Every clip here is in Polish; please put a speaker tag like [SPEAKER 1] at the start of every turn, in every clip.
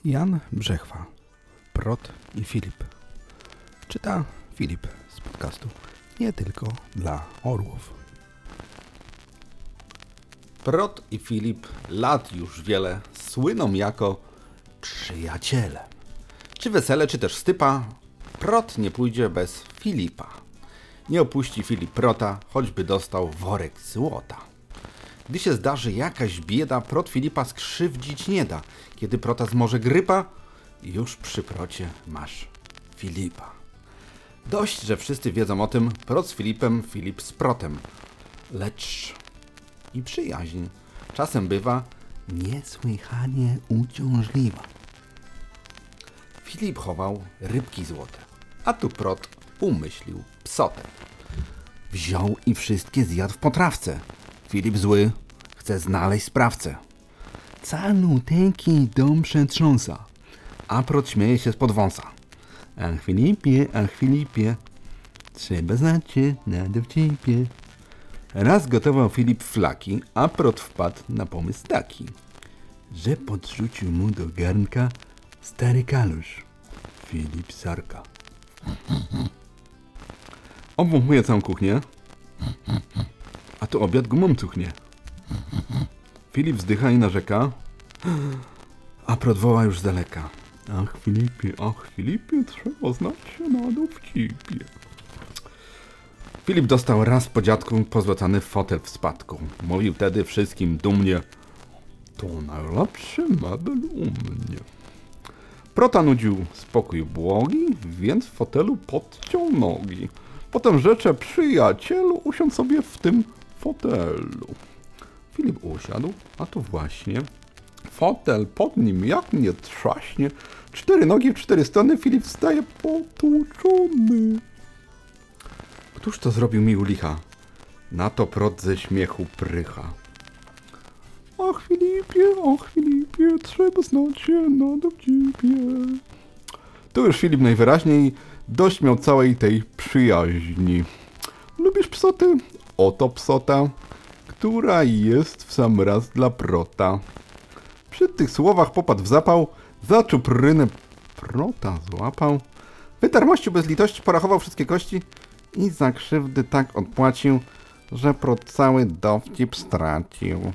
[SPEAKER 1] Jan Brzechwa, Prot i Filip. Czyta Filip z podcastu Nie tylko dla orłów.
[SPEAKER 2] Prot i Filip lat już wiele słyną jako przyjaciele. Czy wesele, czy też stypa, Prot nie pójdzie bez Filipa. Nie opuści Filip Prota, choćby dostał worek złota. Gdy się zdarzy jakaś bieda, Prot Filipa skrzywdzić nie da. Kiedy Prota zmoże grypa, już przy Procie masz Filipa. Dość, że wszyscy wiedzą o tym, Prot z Filipem, Filip z Protem. Lecz i przyjaźń czasem bywa niesłychanie uciążliwa. Filip chował rybki złote, a tu Prot umyślił psotę. Wziął i wszystkie zjadł w potrawce. Filip zły chce znaleźć sprawcę. Caluteńki dom przetrząsa, a Prot śmieje się spod wąsa. Ach Filipie, trzeba znać się na dowcipie. Raz gotował Filip flaki, a Prot wpadł na pomysł taki, że podrzucił mu do garnka stary kalusz, Filip Sarka. Obwąchuje całą kuchnię, a tu obiad gumą cuchnie. Filip wzdycha i narzeka, a Prot woła już z daleka. Ach Filipie, trzeba znać się na dowcipie. Filip dostał raz po dziadku pozłacany fotel w spadku. Mówił wtedy wszystkim dumnie: to najlepszy mebel u mnie. Prota nudził spokój błogi, więc w fotelu podciął nogi. Potem rzecze: przyjacielu, usiądź sobie w tym fotelu. Filip usiadł, a tu właśnie fotel pod nim jak nie trzaśnie. 4 nogi w 4 strony, Filip wstaje potłuczony. Któż to zrobił mi u licha? Na to Prot ze śmiechu prycha. Ach Filipie, trzeba znać się na dowcipie. Tu już Filip najwyraźniej dość miał całej tej przyjaźni. Lubisz psoty? Oto psota, która jest w sam raz dla Prota. Przy tych słowach popadł w zapał, zaczął prynę Prota złapał, wytarł mościu bez litości, porachował wszystkie kości i za krzywdy tak odpłacił, że Prot cały dowcip stracił.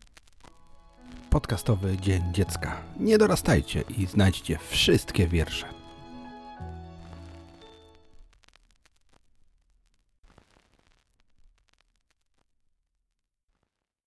[SPEAKER 1] Podcastowy Dzień Dziecka. Nie dorastajcie i znajdźcie wszystkie wiersze.